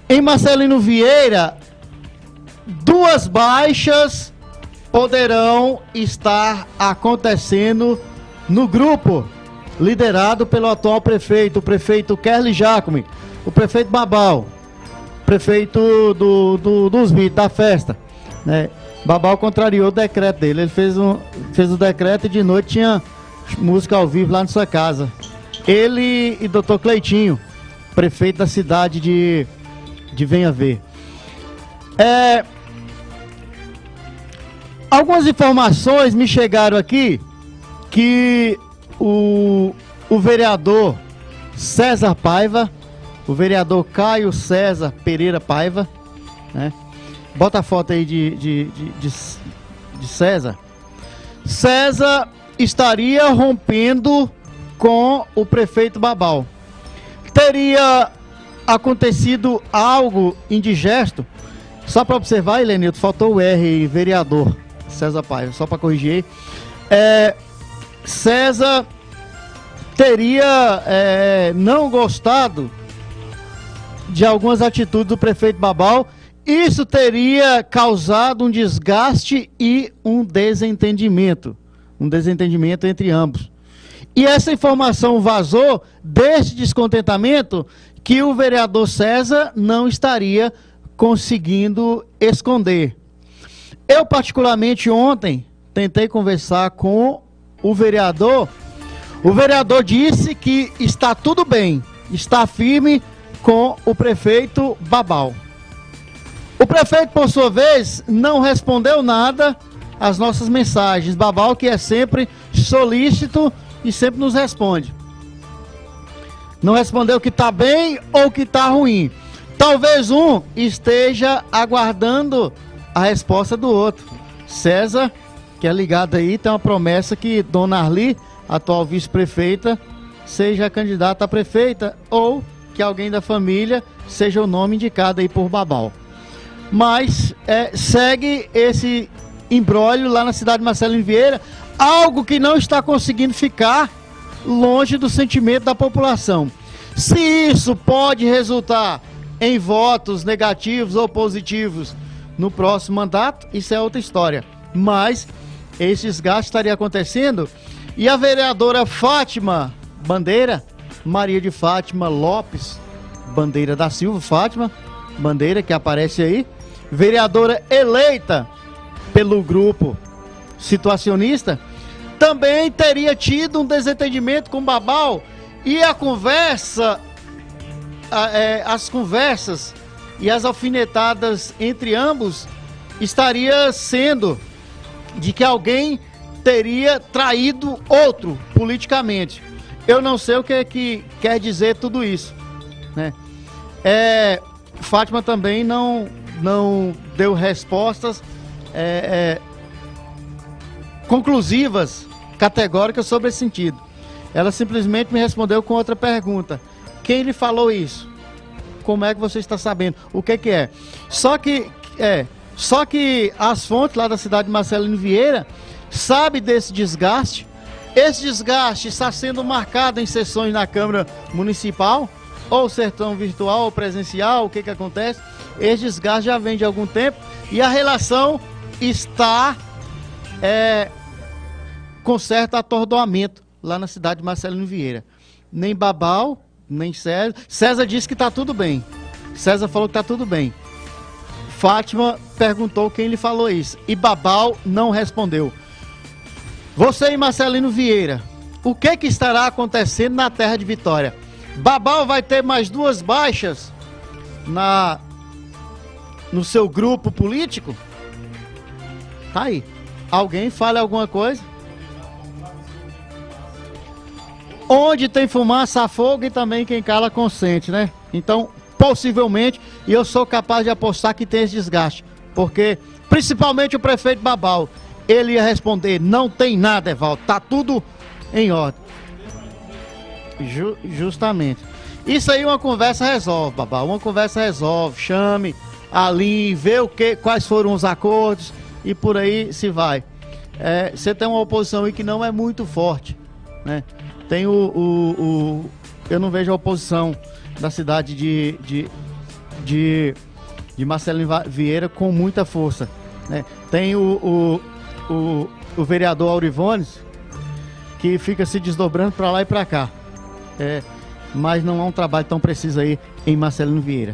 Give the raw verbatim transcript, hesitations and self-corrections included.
Em Marcelino Vieira, duas baixas poderão estar acontecendo no grupo liderado pelo atual prefeito, o prefeito Kerli Jacome, o prefeito Babal, prefeito do, do, dos vídeos, da festa, né? Babal contrariou o decreto dele, ele fez, um, fez o decreto e de noite tinha música ao vivo lá na sua casa. Ele e doutor Cleitinho, prefeito da cidade de, de Venha Ver. É, algumas informações me chegaram aqui que o, o vereador César Paiva, o vereador Caio César Pereira Paiva, né? Bota a foto aí de, de, de, de, de César. César estaria rompendo com o prefeito Babal. Teria acontecido algo indigesto. Só para observar, Helenildo, faltou o R, vereador César Paiva, só para corrigir. É, César teria é, não gostado de algumas atitudes do prefeito Babal. Isso teria causado um desgaste e um desentendimento. Um desentendimento entre ambos. E essa informação vazou deste descontentamento que o vereador César não estaria conseguindo esconder. Eu, particularmente, ontem, tentei conversar com o vereador. O vereador disse que está tudo bem, está firme com o prefeito Babal. O prefeito, por sua vez, não respondeu nada às nossas mensagens. Babal, que é sempre solícito e sempre nos responde. Não respondeu que está bem ou que está ruim. Talvez um esteja aguardando a resposta do outro. César, que é ligado aí, tem uma promessa que Dona Arli, atual vice-prefeita, seja candidata a prefeita ou que alguém da família seja o nome indicado aí por Babal. Mas é, segue esse imbróglio lá na cidade de Marcelino Vieira, algo que não está conseguindo ficar longe do sentimento da população. Se isso pode resultar em votos negativos ou positivos no próximo mandato, isso é outra história. Mas esse desgaste estaria acontecendo e a vereadora Fátima Bandeira, Maria de Fátima Lopes Bandeira da Silva, Fátima Bandeira, que aparece aí, vereadora eleita pelo grupo situacionista, também teria tido um desentendimento com Babal e a conversa, a, é, as conversas e as alfinetadas entre ambos estaria sendo de que alguém teria traído outro politicamente. Eu não sei o que, que quer dizer tudo isso, né? É, Fátima também não, não deu respostas é, é, conclusivas, categóricas sobre esse sentido. Ela simplesmente me respondeu com outra pergunta. Quem lhe falou isso? Como é que você está sabendo? O que que é? Só que, é, só que as fontes lá da cidade de Marcelino Vieira sabem desse desgaste. Esse desgaste está sendo marcado em sessões na Câmara Municipal, ou sertão virtual ou presencial. O que que acontece? Esse desgaste já vem de algum tempo e a relação está é, com certo atordoamento lá na cidade de Marcelino Vieira. Nem Babal, nem César. César disse que está tudo bem. César falou que está tudo bem. Fátima perguntou quem lhe falou isso e Babal não respondeu. Você e Marcelino Vieira, o que que estará acontecendo na terra de Vitória? Babal vai ter mais duas baixas na, no seu grupo político? Tá aí. Alguém fale alguma coisa? Onde tem fumaça há fogo e também quem cala consente, né? Então, possivelmente, e eu sou capaz de apostar que tem esse desgaste. Porque, principalmente o prefeito Babal, ele ia responder, não tem nada, Evaldo, tá tudo em ordem. Ju, justamente. Isso aí uma conversa resolve, Babal. Uma conversa resolve. Chame ali, vê o que, quais foram os acordos e por aí se vai. É, você tem uma oposição aí que não é muito forte, né? Tem o, o, o eu não vejo a oposição da cidade de, de, de, de Marcelino Vieira com muita força, né? Tem o, o, o, o vereador Aurivones, que fica se desdobrando para lá e para cá, é, mas não é um trabalho tão preciso aí em Marcelino Vieira.